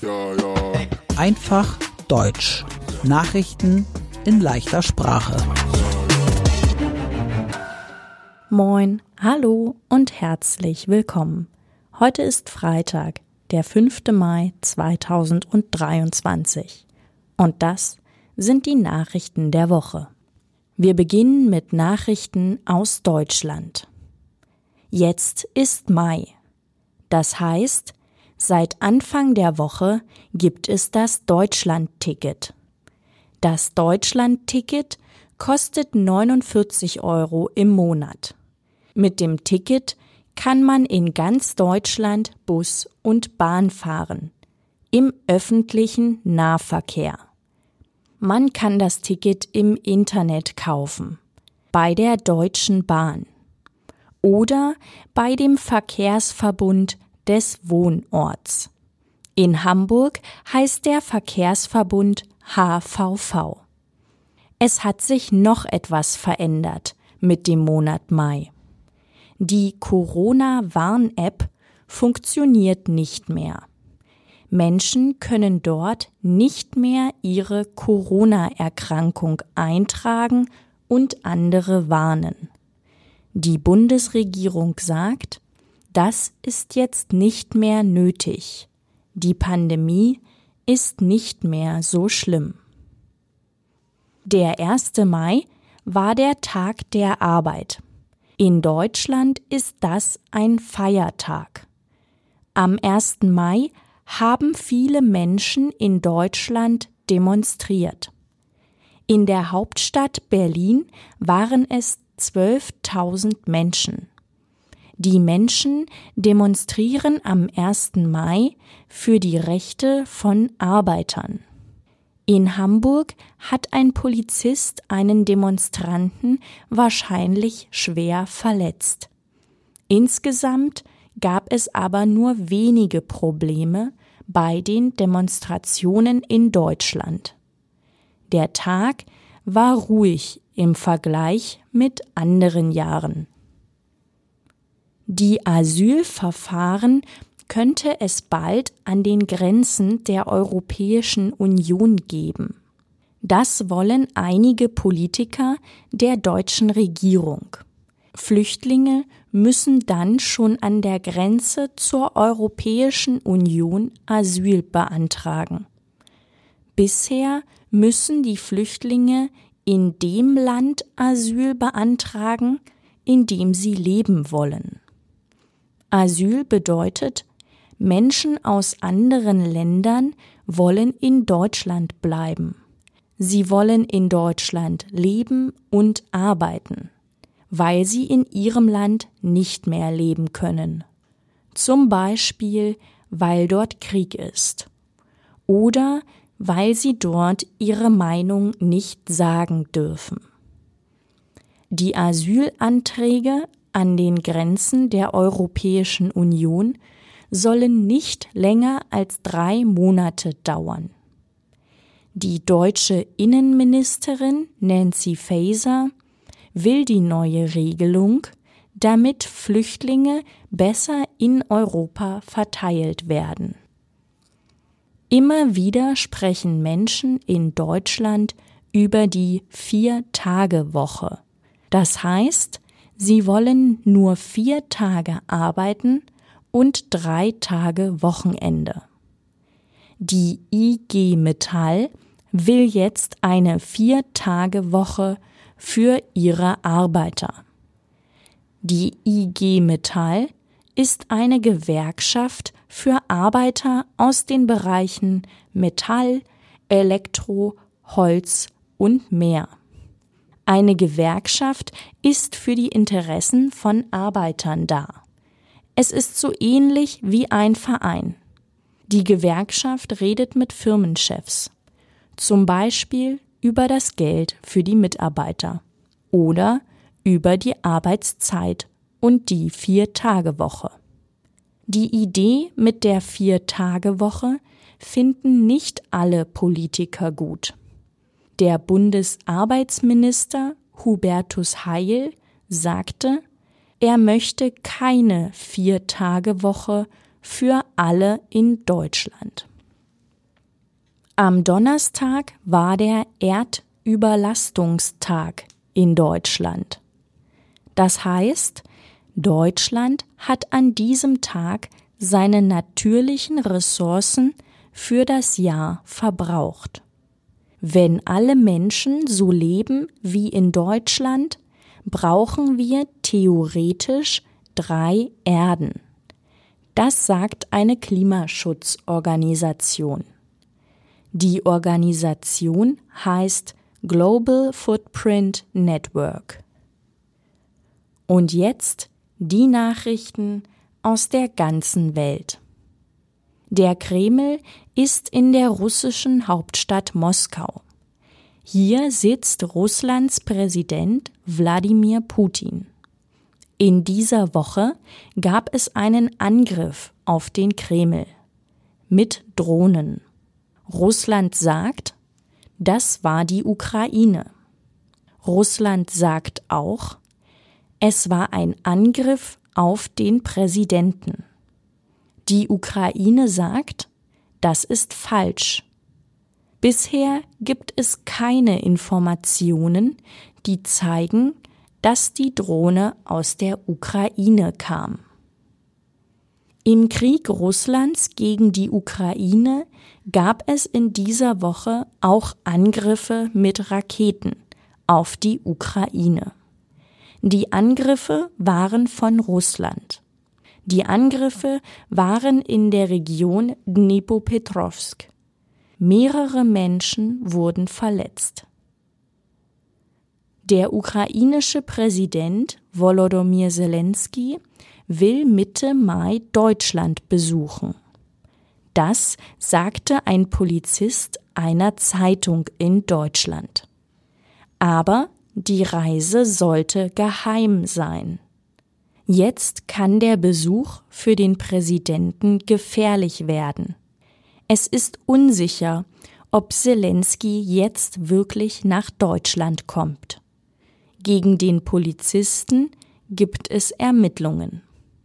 Einfach Deutsch. Nachrichten in leichter Sprache. Moin, hallo und herzlich willkommen. Heute ist Freitag, der 5. Mai 2023. Und das sind die Nachrichten der Woche. Wir beginnen mit Nachrichten aus Deutschland. Jetzt ist Mai. Das heißt, seit Anfang der Woche gibt es das Deutschland-Ticket. Das Deutschland-Ticket kostet 49 € im Monat. Mit dem Ticket kann man in ganz Deutschland Bus und Bahn fahren, im öffentlichen Nahverkehr. Man kann das Ticket im Internet kaufen, bei der Deutschen Bahn oder bei dem Verkehrsverbund des Wohnorts. In Hamburg heißt der Verkehrsverbund HVV. Es hat sich noch etwas verändert mit dem Monat Mai. Die Corona-Warn-App funktioniert nicht mehr. Menschen können dort nicht mehr ihre Corona-Erkrankung eintragen und andere warnen. Die Bundesregierung sagt, das ist jetzt nicht mehr nötig. Die Pandemie ist nicht mehr so schlimm. Der 1. Mai war der Tag der Arbeit. In Deutschland ist das ein Feiertag. Am 1. Mai haben viele Menschen in Deutschland demonstriert. In der Hauptstadt Berlin waren es 12.000 Menschen. Die Menschen demonstrieren am 1. Mai für die Rechte von Arbeitern. In Hamburg hat ein Polizist einen Demonstranten wahrscheinlich schwer verletzt. Insgesamt gab es aber nur wenige Probleme bei den Demonstrationen in Deutschland. Der Tag war ruhig im Vergleich mit anderen Jahren. Die Asylverfahren könnte es bald an den Grenzen der Europäischen Union geben. Das wollen einige Politiker der deutschen Regierung. Flüchtlinge müssen dann schon an der Grenze zur Europäischen Union Asyl beantragen. Bisher müssen die Flüchtlinge in dem Land Asyl beantragen, in dem sie leben wollen. Asyl bedeutet, Menschen aus anderen Ländern wollen in Deutschland bleiben. Sie wollen in Deutschland leben und arbeiten, weil sie in ihrem Land nicht mehr leben können. Zum Beispiel, weil dort Krieg ist. Oder weil sie dort ihre Meinung nicht sagen dürfen. Die Asylanträge an den Grenzen der Europäischen Union sollen nicht länger als 3 Monate dauern. Die deutsche Innenministerin Nancy Faeser will die neue Regelung, damit Flüchtlinge besser in Europa verteilt werden. Immer wieder sprechen Menschen in Deutschland über die 4-Tage-Woche. Das heißt, sie wollen nur 4 Tage arbeiten und 3 Tage Wochenende. Die IG Metall will jetzt eine 4-Tage-Woche für ihre Arbeiter. Die IG Metall ist eine Gewerkschaft für Arbeiter aus den Bereichen Metall, Elektro, Holz und mehr. Eine Gewerkschaft ist für die Interessen von Arbeitern da. Es ist so ähnlich wie ein Verein. Die Gewerkschaft redet mit Firmenchefs, zum Beispiel über das Geld für die Mitarbeiter oder über die Arbeitszeit und die 4-Tage-Woche. Die Idee mit der 4-Tage-Woche finden nicht alle Politiker gut. Der Bundesarbeitsminister Hubertus Heil sagte, er möchte keine 4-Tage-Woche für alle in Deutschland. Am Donnerstag war der Erdüberlastungstag in Deutschland. Das heißt, Deutschland hat an diesem Tag seine natürlichen Ressourcen für das Jahr verbraucht. Wenn alle Menschen so leben wie in Deutschland, brauchen wir theoretisch 3 Erden. Das sagt eine Klimaschutzorganisation. Die Organisation heißt Global Footprint Network. Und jetzt die Nachrichten aus der ganzen Welt. Der Kreml ist in der russischen Hauptstadt Moskau. Hier sitzt Russlands Präsident Wladimir Putin. In dieser Woche gab es einen Angriff auf den Kreml mit Drohnen. Russland sagt, das war die Ukraine. Russland sagt auch, es war ein Angriff auf den Präsidenten. Die Ukraine sagt, das ist falsch. Bisher gibt es keine Informationen, die zeigen, dass die Drohne aus der Ukraine kam. Im Krieg Russlands gegen die Ukraine gab es in dieser Woche auch Angriffe mit Raketen auf die Ukraine. Die Angriffe waren von Russland. Die Angriffe waren in der Region Dnipropetrovsk. Mehrere Menschen wurden verletzt. Der ukrainische Präsident Volodymyr Zelensky will Mitte Mai Deutschland besuchen. Das sagte ein Polizist einer Zeitung in Deutschland. Aber die Reise sollte geheim sein. Jetzt kann der Besuch für den Präsidenten gefährlich werden. Es ist unsicher, ob Zelensky jetzt wirklich nach Deutschland kommt. Gegen den Polizisten gibt es Ermittlungen.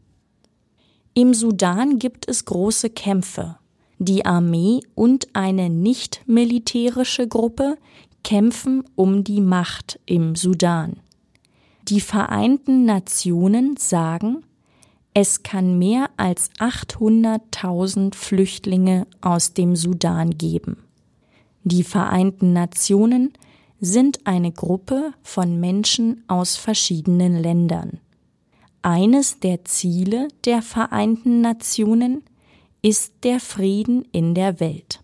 Im Sudan gibt es große Kämpfe. Die Armee und eine nicht-militärische Gruppe kämpfen um die Macht im Sudan. Die Vereinten Nationen sagen, es kann mehr als 800.000 Flüchtlinge aus dem Sudan geben. Die Vereinten Nationen sind eine Gruppe von Menschen aus verschiedenen Ländern. Eines der Ziele der Vereinten Nationen ist der Frieden in der Welt.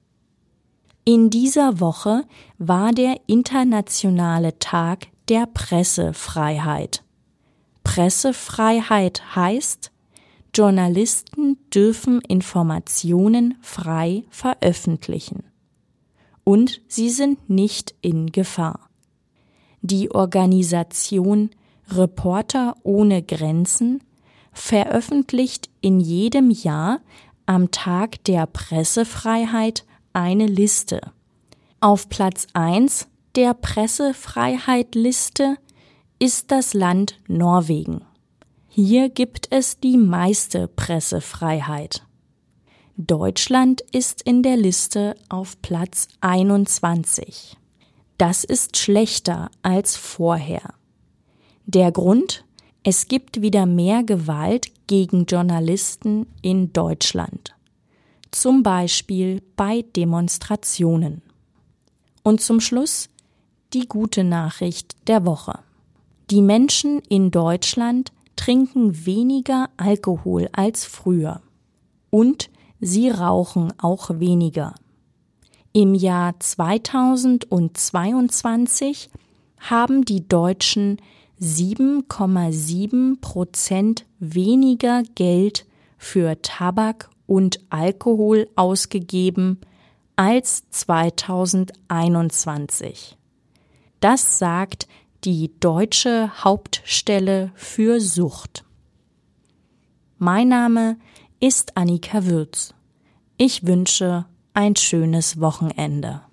In dieser Woche war der internationale Tag der Pressefreiheit. Pressefreiheit heißt, Journalisten dürfen Informationen frei veröffentlichen. Und sie sind nicht in Gefahr. Die Organisation Reporter ohne Grenzen veröffentlicht in jedem Jahr am Tag der Pressefreiheit eine Liste. Auf Platz 1 der Pressefreiheit-Liste ist das Land Norwegen. Hier gibt es die meiste Pressefreiheit. Deutschland ist in der Liste auf Platz 21. Das ist schlechter als vorher. Der Grund? Es gibt wieder mehr Gewalt gegen Journalisten in Deutschland. Zum Beispiel bei Demonstrationen. Und zum Schluss die gute Nachricht der Woche. Die Menschen in Deutschland trinken weniger Alkohol als früher. Und sie rauchen auch weniger. Im Jahr 2022 haben die Deutschen 7,7% weniger Geld für Tabak und Alkohol ausgegeben als 2021. Das sagt die Deutsche Hauptstelle für Sucht. Mein Name ist Annika Würz. Ich wünsche ein schönes Wochenende.